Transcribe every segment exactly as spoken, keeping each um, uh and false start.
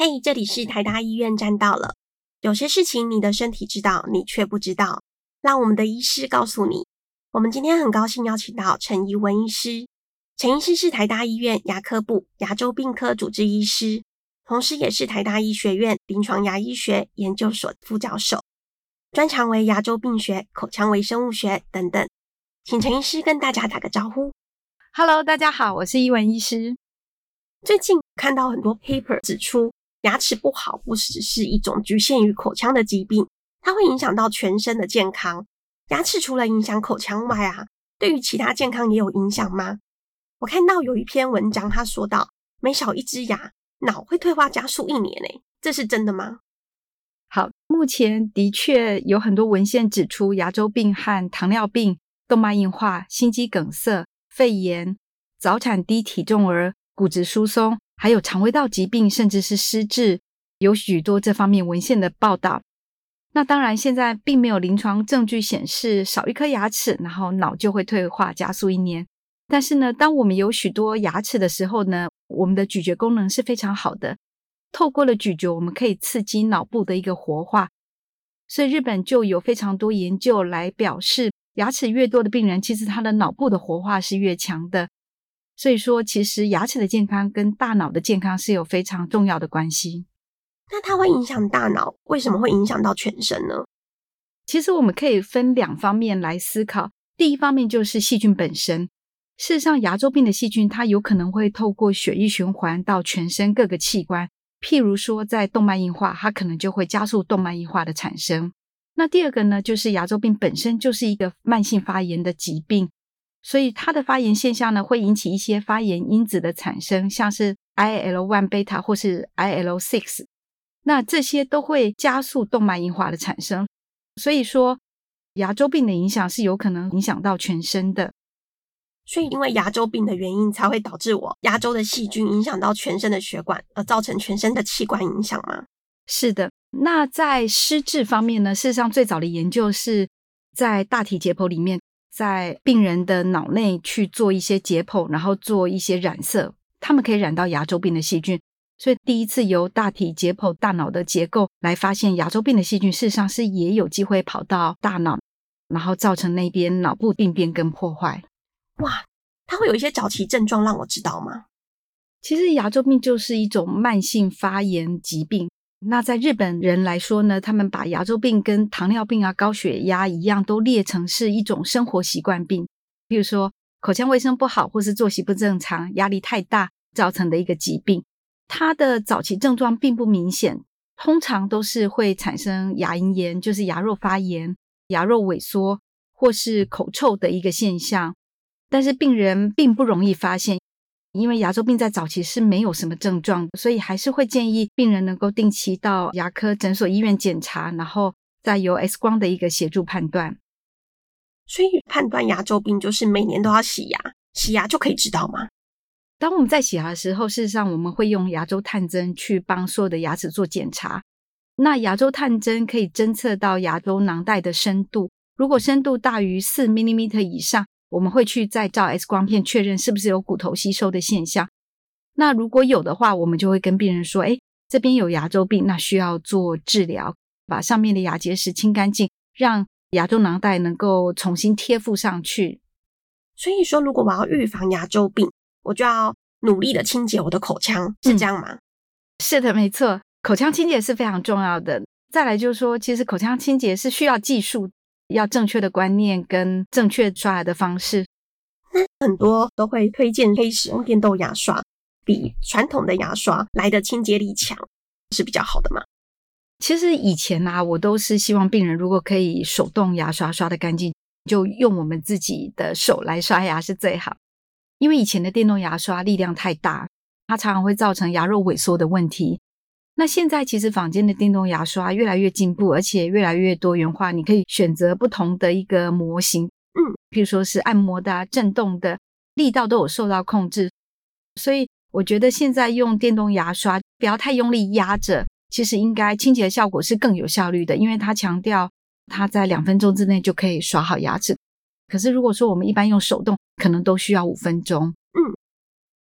嘿，这里是台大医院站到了。有些事情你的身体知道，你却不知道，让我们的医师告诉你。我们今天很高兴邀请到陈怡文医师。陈医师是台大医院牙科部牙周病科主治医师，同时也是台大医学院临床牙医学研究所副教授，专长为牙周病学、口腔微生物学等等。请陈医师跟大家打个招呼。 Hello， 大家好，我是怡文医师。 最近看到很多 paper 指出，牙齿不好不只是一种局限于口腔的疾病，它会影响到全身的健康。牙齿除了影响口腔外啊，对于其他健康也有影响吗？我看到有一篇文章，他说到每少一只牙，脑会退化加速一年诶，这是真的吗？ 好，目前的确有很多文献指出，牙周病和糖尿病、动脉硬化、心肌梗塞、肺炎、早产低体重儿、骨质疏松，还有肠胃道疾病，甚至是失智，有许多这方面文献的报道。那当然现在并没有临床证据显示少一颗牙齿，然后脑就会退化加速一年。但是呢，当我们有许多牙齿的时候呢，我们的咀嚼功能是非常好的，透过了咀嚼，我们可以刺激脑部的一个活化。所以日本就有非常多研究来表示，牙齿越多的病人，其实他的脑部的活化是越强的。所以说其实牙齿的健康跟大脑的健康是有非常重要的关系。 那它会影响大脑，为什么会影响到全身呢？ 其实我们可以分两方面来思考。第一方面就是细菌本身。事实上牙周病的细菌它有可能会透过血液循环到全身各个器官，譬如说在动脉硬化，它可能就会加速动脉硬化的产生。那第二个呢，就是牙周病本身就是一个慢性发炎的疾病，所以它的发炎现象呢，会引起一些发炎因子的产生，像是 I L 一 beta 或是 I L 六， 那这些都会加速动脉硬化的产生。所以说牙周病的影响是有可能影响到全身的。 所以因为牙周病的原因才会导致我牙周的细菌影响到全身的血管，而造成全身的器官影响吗？ 是的。那在失智方面呢，事实上最早的研究是在大体解剖里面，在病人的脑内去做一些解剖，然后做一些染色，他们可以染到牙周病的细菌。所以第一次由大体解剖大脑的结构来发现牙周病的细菌事实上是也有机会跑到大脑，然后造成那边脑部病变跟破坏。 哇，它会有一些早期症状让我知道吗？ 其实牙周病就是一种慢性发炎疾病。那在日本人来说呢，他们把牙周病跟糖尿病啊、高血压一样都列成是一种生活习惯病，比如说口腔卫生不好或是作息不正常、压力太大造成的一个疾病。它的早期症状并不明显，通常都是会产生牙龈炎，就是牙肉发炎、牙肉萎缩或是口臭的一个现象。但是病人并不容易发现，因为牙周病在早期是没有什么症状，所以还是会建议病人能够定期到牙科诊所医院检查，然后再由 X 光的一个协助判断。 所以判断牙周病就是每年都要洗牙，洗牙就可以知道吗？ 当我们在洗牙的时候，事实上我们会用牙周探针去帮所有的牙齿做检查。那牙周探针可以侦测到牙周囊袋的深度，如果深度大于四 毫米 以上，我们会去再照 X 光片确认是不是有骨头吸收的现象。那如果有的话，我们就会跟病人说，诶，这边有牙周病，那需要做治疗，把上面的牙结石清干净，让牙周囊袋能够重新贴附上去。 所以说如果我要预防牙周病，我就要努力的清洁我的口腔，是这样吗？ 嗯，是的，没错，口腔清洁是非常重要的。再来就是说，其实口腔清洁是需要技术，要正确的观念跟正确刷牙的方式。 那很多都会推荐可以使用电动牙刷，比传统的牙刷来的清洁力强，是比较好的吗？ 其实以前啊，我都是希望病人如果可以手动牙刷刷得干净，就用我们自己的手来刷牙是最好。因为以前的电动牙刷力量太大，它常常会造成牙肉萎缩的问题。那现在其实坊间的电动牙刷越来越进步，而且越来越多元化，你可以选择不同的一个模型，嗯，譬如说是按摩的啊、震动的，力道都有受到控制。所以我觉得现在用电动牙刷不要太用力压着，其实应该清洁的效果是更有效率的，因为它强调它在两分钟之内就可以刷好牙齿。可是如果说我们一般用手动，可能都需要五分钟。 嗯，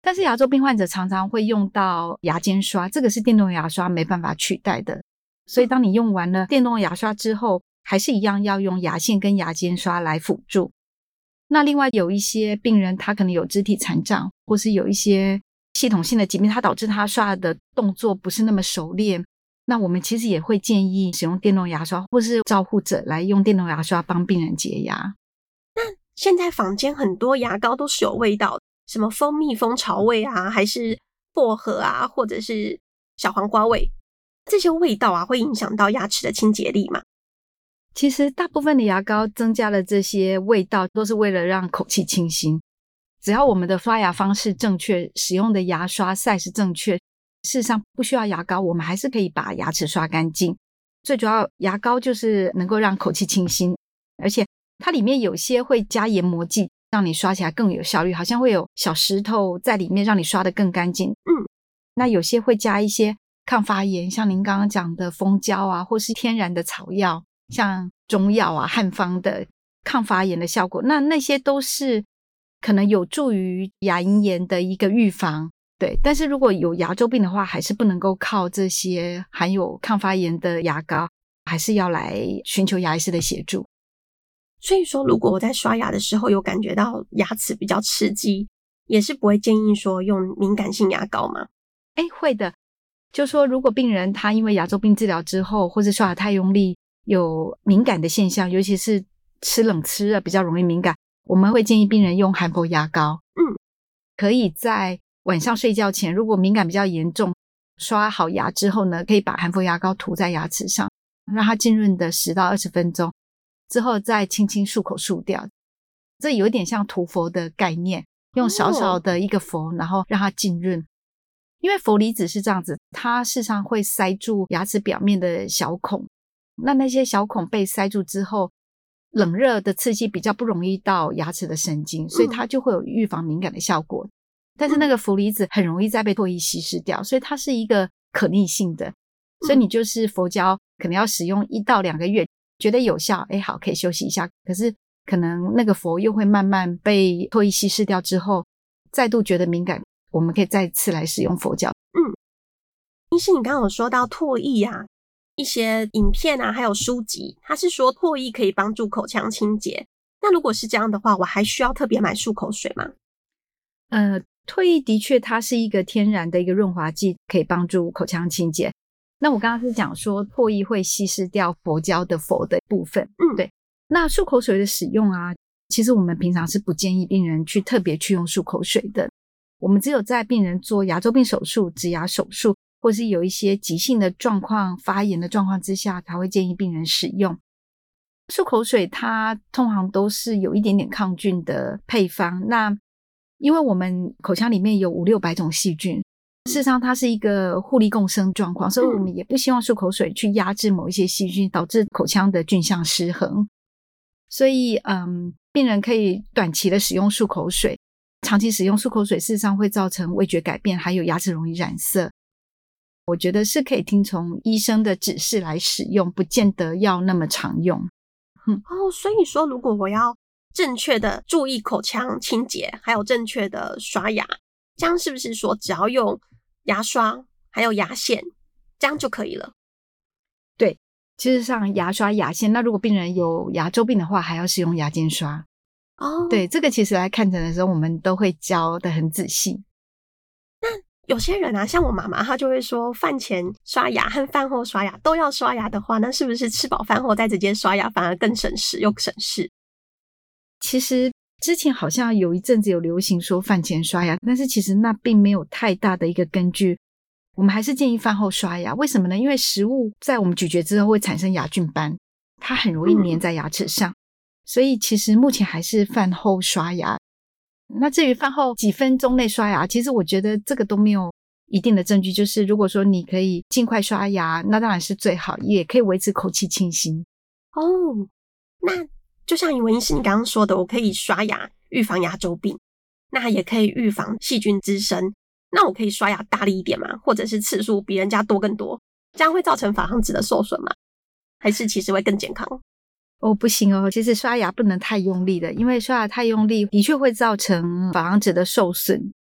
但是牙周病患者常常会用到牙间刷，这个是电动牙刷没办法取代的。所以当你用完了电动牙刷之后，还是一样要用牙线跟牙间刷来辅助。那另外有一些病人他可能有肢体残障，或是有一些系统性的疾病，它导致他刷的动作不是那么熟练，那我们其实也会建议使用电动牙刷，或是照护者来用电动牙刷帮病人洁牙。 那现在坊间很多牙膏都是有味道的，什么蜂蜜蜂巢味啊，还是薄荷啊，或者是小黄瓜味，这些味道啊会影响到牙齿的清洁力吗？ 其实大部分的牙膏增加了这些味道都是为了让口气清新，只要我们的刷牙方式正确，使用的牙刷 size 正确，事实上不需要牙膏，我们还是可以把牙齿刷干净。最主要牙膏就是能够让口气清新，而且它里面有些会加研磨剂，让你刷起来更有效率，好像会有小石头在里面让你刷得更干净。 嗯， 那有些会加一些抗发炎，像您刚刚讲的蜂胶啊，或是天然的草药，像中药啊、汉方的抗发炎的效果，那那些都是可能有助于牙龈炎的一个预防。对，但是如果有牙周病的话，还是不能够靠这些含有抗发炎的牙膏，还是要来寻求牙医师的协助。 所以说如果我在刷牙的时候有感觉到牙齿比较刺激，也是不会建议说用敏感性牙膏吗？ 诶，会的。就说如果病人他因为牙周病治疗之后，或是刷牙太用力有敏感的现象，尤其是吃冷吃热比较容易敏感，我们会建议病人用含氟牙膏。 嗯， 可以在晚上睡觉前，如果敏感比较严重，刷好牙之后呢，可以把含氟牙膏涂在牙齿上，让它浸润的十到二十分钟，之后再轻轻漱口漱掉。这有点像涂氟的概念，用少少的一个氟，然后让它浸润。因为氟离子是这样子，它事实上会塞住牙齿表面的小孔，那那些小孔被塞住之后，冷热的刺激比较不容易到牙齿的神经，所以它就会有预防敏感的效果。但是那个氟离子很容易再被唾液稀释掉，所以它是一个可逆性的，所以你就是氟胶可能要使用一到两个月，觉得有效，诶好，可以休息一下，可是可能那个氟又会慢慢被唾液稀释掉之后，再度觉得敏感，我们可以再次来使用氟胶。 嗯，医师你刚刚有说到唾液啊，一些影片啊，还有书籍，它是说唾液可以帮助口腔清洁，那如果是这样的话，我还需要特别买漱口水吗？ 呃，唾液的确它是一个天然的一个润滑剂，可以帮助口腔清洁。那我刚刚是讲说唾液会稀释掉氟胶的氟的部分。 嗯， 对。那漱口水的使用啊，其实我们平常是不建议病人去特别去用漱口水的，我们只有在病人做牙周病手术、植牙手术，或是有一些急性的状况、发炎的状况之下，才会建议病人使用。漱口水它通常都是有一点点抗菌的配方，那因为我们口腔里面有五六百种细菌，事实上它是一个互利共生状况，所以我们也不希望漱口水去压制某一些细菌，导致口腔的菌相失衡。所以嗯，病人可以短期的使用漱口水，长期使用漱口水事实上会造成味觉改变，还有牙齿容易染色。我觉得是可以听从医生的指示来使用，不见得要那么常用。 嗯、哦，所以说如果我要正确的注意口腔清洁，还有正确的刷牙，这样是不是说只要用牙刷还有牙线，这样就可以了？ 对，其实上牙刷牙线，那如果病人有牙周病的话，还要使用牙间刷。 哦， 对，这个其实来看诊的时候我们都会教得很仔细。 那有些人啊，像我妈妈，她就会说饭前刷牙和饭后刷牙都要刷牙的话，那是不是吃饱饭后再直接刷牙反而更省事又省事？ 其实之前好像有一阵子有流行说饭前刷牙，但是其实那并没有太大的一个根据，我们还是建议饭后刷牙。为什么呢？因为食物在我们咀嚼之后会产生牙菌斑，它很容易粘在牙齿上、嗯、所以其实目前还是饭后刷牙。那至于饭后几分钟内刷牙，其实我觉得这个都没有一定的证据，就是如果说你可以尽快刷牙，那当然是最好，也可以维持口气清新。 哦，那就像文医师你刚刚说的，我可以刷牙预防牙周病，那也可以预防细菌滋生，那我可以刷牙大力一点吗？或者是次数比人家多更多，这样会造成珐琅质的受损吗？还是其实会更健康？ 哦，不行哦，其实刷牙不能太用力的，因为刷牙太用力的确会造成珐琅质的受损。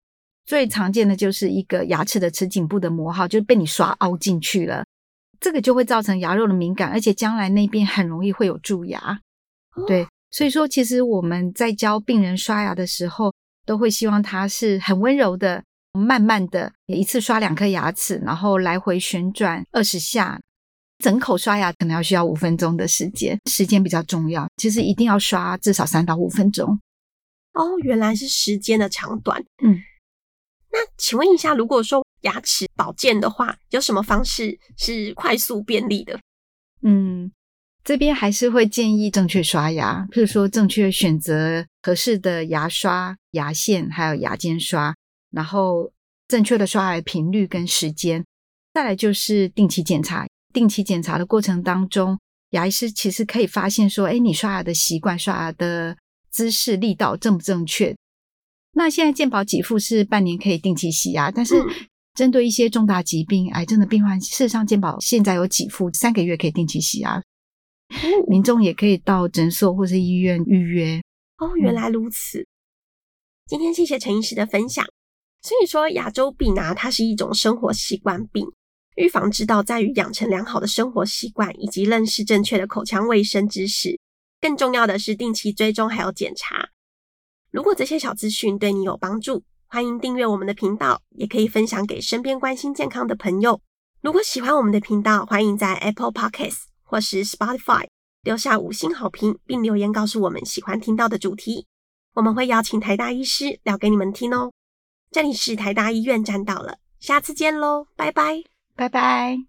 最常见的就是一个牙齿的齿颈部的磨耗，就是被你刷凹进去了，这个就会造成牙肉的敏感，而且将来那边很容易会有蛀牙。对，所以说其实我们在教病人刷牙的时候，都会希望他是很温柔的，慢慢的一次刷两颗牙齿，然后来回旋转二十下，整口刷牙可能要需要五分钟的时间，时间比较重要，其实一定要刷至少三到五分钟。 哦，原来是时间的长短。 嗯， 那请问一下，如果说牙齿保健的话，有什么方式是快速便利的？ 嗯，这边还是会建议正确刷牙，譬如说正确选择合适的牙刷、牙线还有牙间刷，然后正确的刷牙频率跟时间。再来就是定期检查，定期检查的过程当中，牙医师其实可以发现说，诶，你刷牙的习惯、刷牙的姿势、力道正不正确。那现在健保给付是半年可以定期洗牙，但是针对一些重大疾病、癌症的病患，事实上健保现在有给付三个月可以定期洗牙，民众也可以到诊所或是医院预约。 哦，原来如此。嗯、今天谢谢陈医师的分享。所以说牙周病啊，它是一种生活习惯病，预防之道在于养成良好的生活习惯，以及认识正确的口腔卫生知识。更重要的是定期追踪还有检查。如果这些小资讯对你有帮助，欢迎订阅我们的频道，也可以分享给身边关心健康的朋友。如果喜欢我们的频道，欢迎在 Apple Podcast 或是 Spotify 留下五星好评，并留言告诉我们喜欢听到的主题，我们会邀请台大医师聊给你们听哦。这里是台大医院站到了，下次见咯，拜拜， 拜拜。